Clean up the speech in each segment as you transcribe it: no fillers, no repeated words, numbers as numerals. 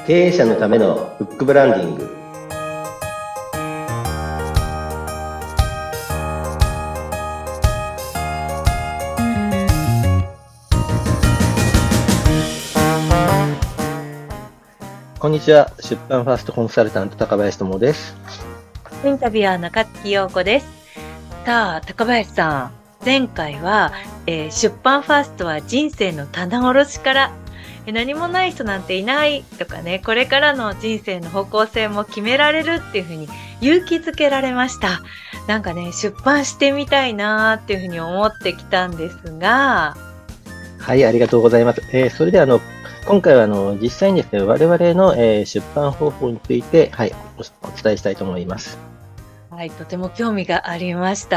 経営者のためのフックブランディング。こんにちは。出版ファーストコンサルタント高林智です。 インタビュアー中月陽子です。さあ、高林さん、前回は、出版ファーストは人生の棚卸しから何もない人なんていないとかね、これからの人生の方向性も決められるっていうふうに勇気づけられました。なんかね、出版してみたいなっていうふうに思ってきたんですが。 はい、ありがとうございます。それでは今回は実際にですね、我々の、出版方法について、はい、お伝えしたいと思います。 はい、とても興味がありました。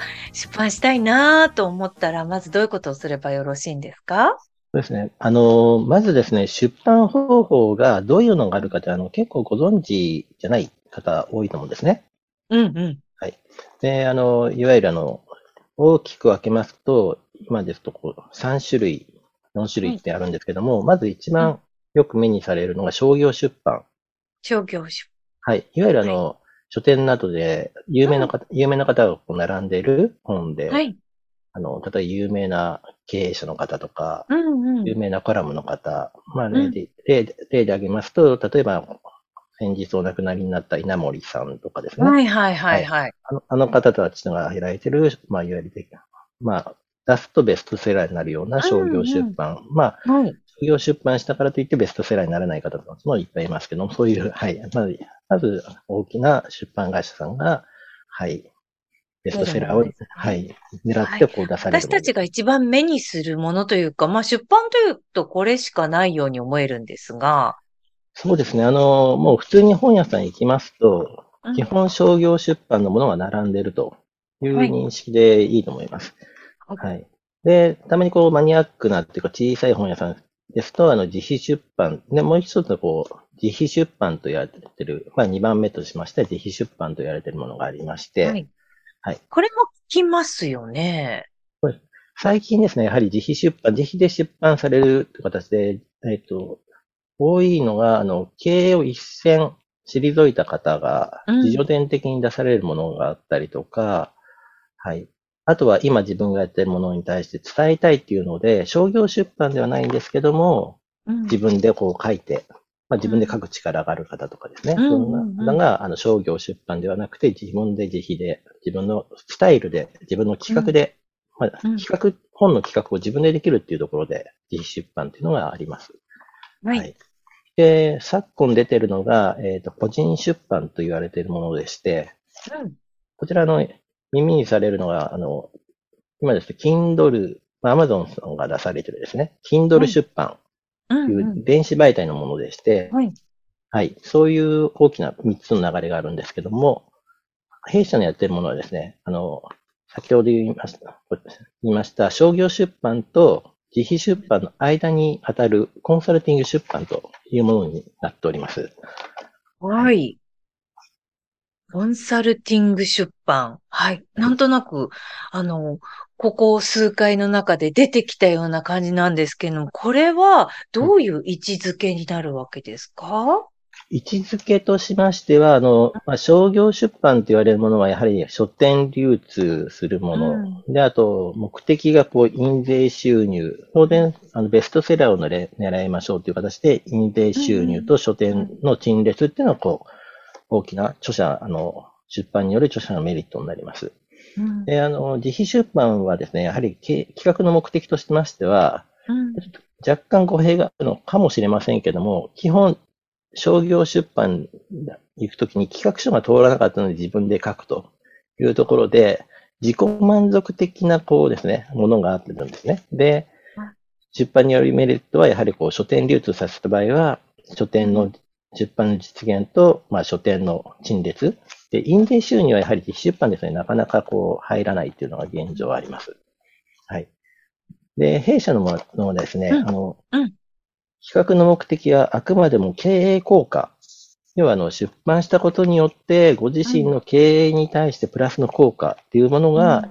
出版したいなと思ったら、まずどういうことをすればよろしいんですか？ そうですね。まずですね、出版方法がどういうのがあるかって、結構ご存知じゃない方多いと思うんですね。 うんうん。 はい。で、いわゆる大きく分けますと、今ですと3種類、4種はい。 類ってあるんですけども、まず一うん。 番よく目にされるのが商業出版。 商業種。 はい。いわゆるはい。 書店などでうん。 有名な方が並んでいる本で、 はい。 例えば有名な経営者の方とか、 うんうん。 有名なコラムの方、まあうん。 例で挙げますと、例えば先日お亡くなりになった稲森さんとかですね。 はいはいははい。 いはい。 あの方たちが開いてる、まあ、いわゆるまあ、出すとベストセラーになるようなう商業んうん。 出版。まあ、 はい。 商業出版したからといってベストセラーにならない方もいっぱいいますけども、そういう、はい。まず大きな出版会社さんが、はい。ベス出トセラーを、 るものですね。 はい。狙っはい。 て出され私るものです。 たちが一番目にするものというか、まあ出版というとこれしかないように思えるんですが。 そうですね。もう普通に本屋さん行きますと、 うん。 基本商業出版のものが並んでいるというはい。 認識でいいと思います。 はい。 はい。で、たまにマニアックなっていうか小さい本屋さんですと、自費出版。で、もう一つの自費出版と言われている、まあ2番目としまして自費出版と言われているものがありまして、 はい。 はい。 これも聞きますよね。 これ最近ですね、やはり自費で出版されるという形で、多いのが、経営を一線退いた方がうん。 自助伝的に出されるものがあったりとか、はい。あとは今自分がやっているものに対して伝えたいっていうので、商業出版ではないんですけども、 うん。 自分で書いて、まあ、自うん。 分で書く力がある方とかですね。そうんんなうんうん。 方が、商業出版ではなくて、自分で自費で、自分のスタイルで、自分のうん。 企画で、まあ、 うん。 本の企画を自分でできるっていうところで、自費出版っていうのがあります。 はい。 はい。で、昨今出てるのが、個人出版と言われているものでして、 うん。 こちら耳にされるのが、今ですと、Kindle、まあ Amazon さんが出されてるですね、Kindle はい。 出版といううんうん。 電子媒体のものでして、 はい。 はい、そういう大きな3つの流れがあるんですけども、弊社のやってるものはですね、先ほど言いました商業出版と自費出版の間に当たるコンサルティング出版というものになっております。はい。 はい。コンサルティング出版。はい。なんとなく、あの、ここ数回の中で出てきたような感じなんですけども、これはどういう位置づけになるわけですか？ 位置づけとしましては、まあ、商業出版と言われるものは、やはり書店流通するもの。 うん。 で、あと、目的が印税収入。当然、ベストセラーを狙いましょうという形で、印税うん収入と書うん。 店の陳列っていうのは、大きな出版による著者のメリットになります。 うん。 で、自費出版はですね、やはり企画の目的としましては、 うん。 若干語弊があるのかもしれませんけども、基本、商業出版行くときに企画書が通らなかったので自分で書くというところで、自己満足的なですね、ものがあってるんですね。で、出版によるメリットは、やはり書店流通させた場合は、書店の出版の実現と、まあ、書店の陳列。で、印税収入はやはり自費出版ですね、なかなか入らないっていうのが現状あります。はい。で、弊社のものはですね、 うん。うん。 企画の目的はあくまでも経営効果。要は出版したことによってご自うん。 身の経営に対してプラスの効果っていうものが、 うん。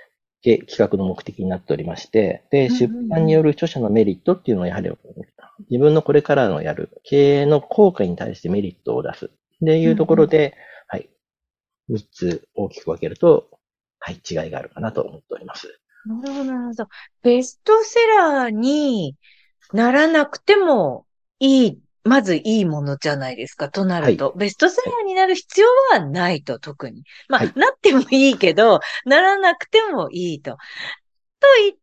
企画の目的になっておりまして、で、 うん。 出版による著者のメリットっていうのはやはり自分のこれからのやる経営の効果に対してメリットを出すっていうところで、はい、3つ大きく分けると、はい、違いがあるかなと思っております。 なるほど、なるほど。ベストセラーにならなくてもいい、まずいいものじゃないですか、となはい、 ると。ベストセはい、 ラーになる必要はないと、特に。まあ、 はい。 なってもいいけど、ならなくてもいいと。と言って、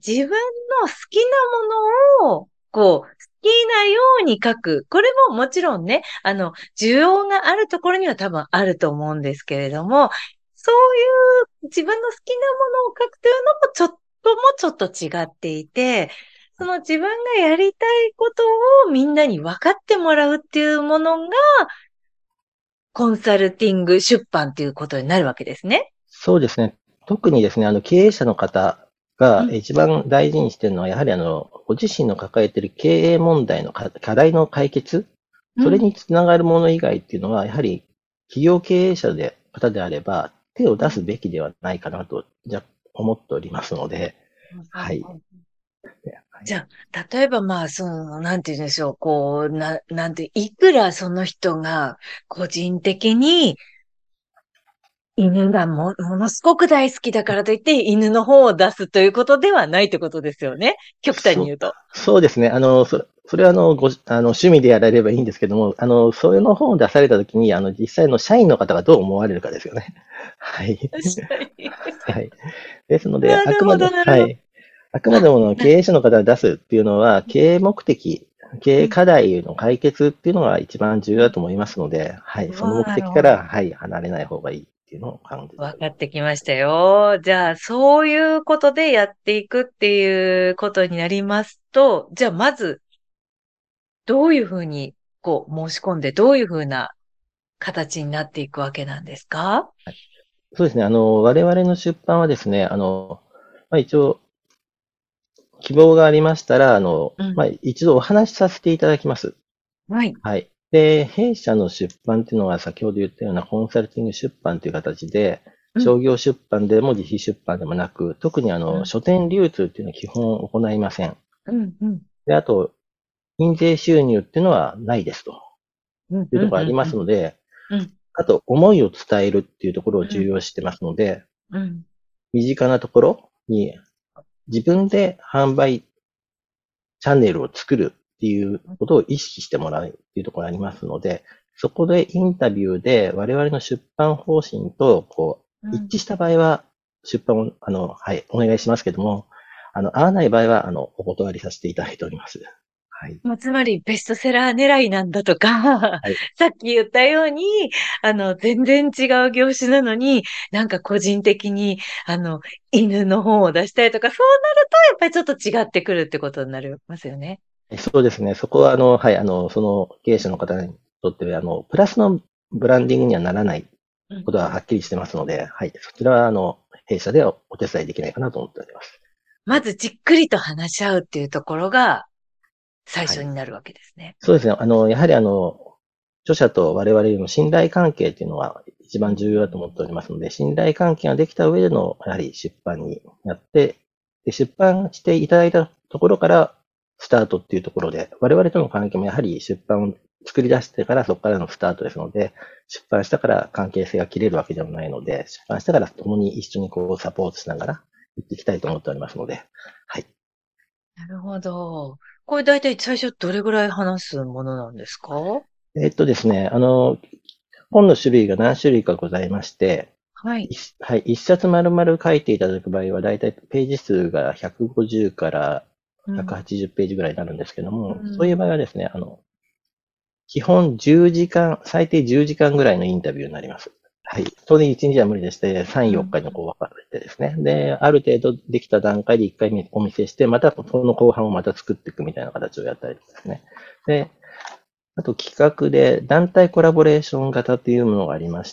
自分の好きなものを、好きなように書く。これももちろんね、需要があるところには多分あると思うんですけれども、そういう自分の好きなものを書くというのもちょっと違っていて、その自分がやりたいことをみんなに分かってもらうっていうものが、コンサルティング出版っていうことになるわけですね。 そうですね。特にですね、経営者の方がうん、 一番大事にしているのは、やはりご自身の抱えている経営問題の課題の解決、 うん、 それにつながるもの以外っていうのは、やはり企業経営者方であれば、手をうん、 出すべきではないかなと、思っておりますので、 うんうはい。 ん。じゃあ、例えばまあ、なんて言うんでしょう、なんて、いくらその人が個人的に犬がものすごく大好きだからといって犬の方を出すということではないってことですよね。極端にそう、 言うと。 そうですね。それは趣味でやられればいいんですけども、それの本を出されたときに、実際の社員の方がどう思われるかですよね。はい。 確かに。 はい。ですので、 なるほど、なるほど。 はい。あくまあ、 でも経営者の方が出すっていうのは、経営目的、経うん、 営課題の解決っていうのが一番重要うん。 だと思いますので、はい。その目なるほど。 的から、はい、離れない方がいいっていうのを感じております。 分かってきましたよ。じゃあ、そういうことでやっていくっていうことになりますと、じゃあ、まず、どういうふうに、申し込んで、どういうふうな形になっていくわけなんですか？ そうですね。我々の出版はですね、一応、希望がありましたら、 うん。 一度お話しさせていただきます。 はい。 はい。で、弊社の出版っていうのは先ほど言ったようなコンサルティング出版という形で、 うん。 商業出版でも自費出版でもなく、特にうん。 書店流通っていうのは基本行いません。 うん。うん。 で、あと、印税収入っていうのはないですとうん。うん。 いうところがありまうん。 すので、 うん。 あと、思いを伝えるっていうところを重うん。 要視してますので、 うん。 身近なところに自分で販売チャンネルを作るっていうことを意識してもらうっていうところがありますので、そこでインタビューで我々の出版方針とうん。 一致した場合は出版を、はい、お願いしますけども、合わない場合は、お断りさせていただいております。はい。 まあ、つまりベストセラー狙いなんだとか、 はい。 さっき言ったように、全然違う業種なのに、なんか個人的に、犬の本を出したいとか、そうなると、やっぱりちょっと違ってくるってことになりますよね。 そうですね。そこは、はい、その経営者の方にとっては、プラスのブランディングにはならないうん。 ことははっきりしてますので、はい。そちらは、弊社ではお手伝いできないかなと思っております。はい。 まずじっくりと話し合うっていうところが最はい。 初になるわけですね。 そうですね。やはり著者と我々の信頼関係っていうのは一うん。 番重要だと思っておりますので、信頼関係ができた上での、やはり出版になって、で、出版していただいたところからスタートっていうところで、我々との関係もやはり出版を作り出してからそこからのスタートですので、出版したから関係性が切れるわけではないので、出版したから共に一緒にサポートしながら行っていきたいと思っておりますので、はい。 なるほど。これ大体最初どれぐらい話すものなんですか？ ですね、本の種類が何種類かございまして、 はい。 はい、一冊丸々書いていただく場合は、だいたいページ数が150からうん。 180ページぐらいになるんですけどうも、そういうん。 場合はですね、基本10時間、最低10時間ぐらいのインタビューになります。はい。当然1日は無理でして、3、4 うん。 日に分かれてですね。で、ある程度できた段階で1回目お見せして、またその後半をまた作っていくみたいな形をやったりとかですね。で、あと企画で団体コラボレーション型というものがありまして、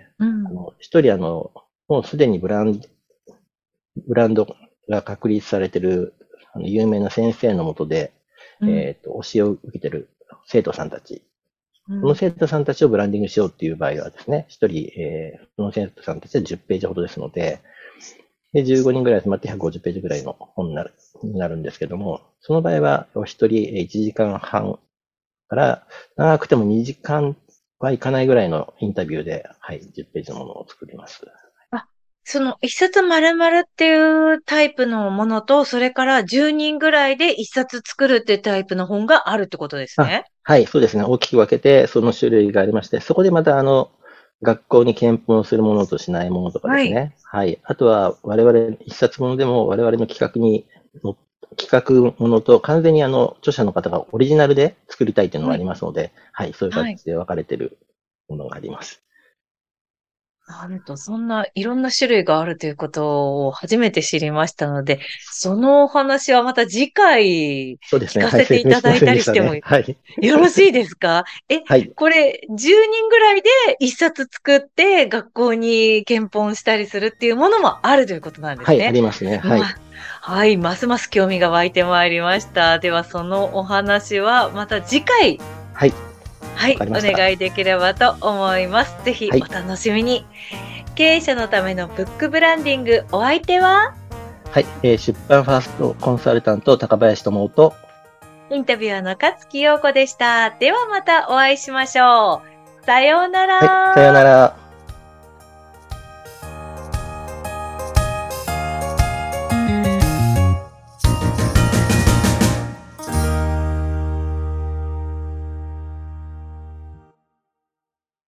うん。 一人もうすでにブランドが確立されている有名な先生のもとで、 うん。 教えを受けている生徒さんたち、そのうん。 生徒さんたちをブランディングしようっていう場合はですね、一人、その生徒さんたちは10ページほどですので、 で、15人ぐらい集まって150ページぐらいの本になるんですけども、その場合はお一人1時間半から長くても2時間はいかないぐらいのインタビューで、はい、10ページのものを作ります。 あ、その一冊丸々っていうタイプのものと、それから10人ぐらいで一冊作るっていうタイプの本があるってことですあ、 ね。 はい、そうですね。大きく分けて、その種類がありまして、そこでまた学校に検討するものとしないものとかではい。 すね。はい。あとは、我々、一冊ものでも我々のの企画ものと完全に著者の方がオリジナルで作りたいというのがありはい。 ますので、はい、そういうはい。 形で分かれているものがあります。 なんと、そんないろんな種類があるということを初めて知りましたので、そのお話はまた次回そうですね。はい、 聞かせてい説明しまただいたせんでしたね。 りしてもはい。 よろしいですか？ はい。 これ、10人ぐらいで一冊作って学校に検本したりするっていうものもあるということなんではい、あすね。 りますね。はい。 まあ、はい、ますます興味が湧いてまいりました。では、そのお話はまた次回、 はい。 はい、おわかりました。 願いできればと思います。ぜひはい。 お楽しみに。経営者のためのブックブランディング、お相手ははい。出版ファーストコンサルタント、高林智と、 インタビュアーの勝木陽子でした。ではまたお会いしましょう。さようなはい。さようなら。 ら。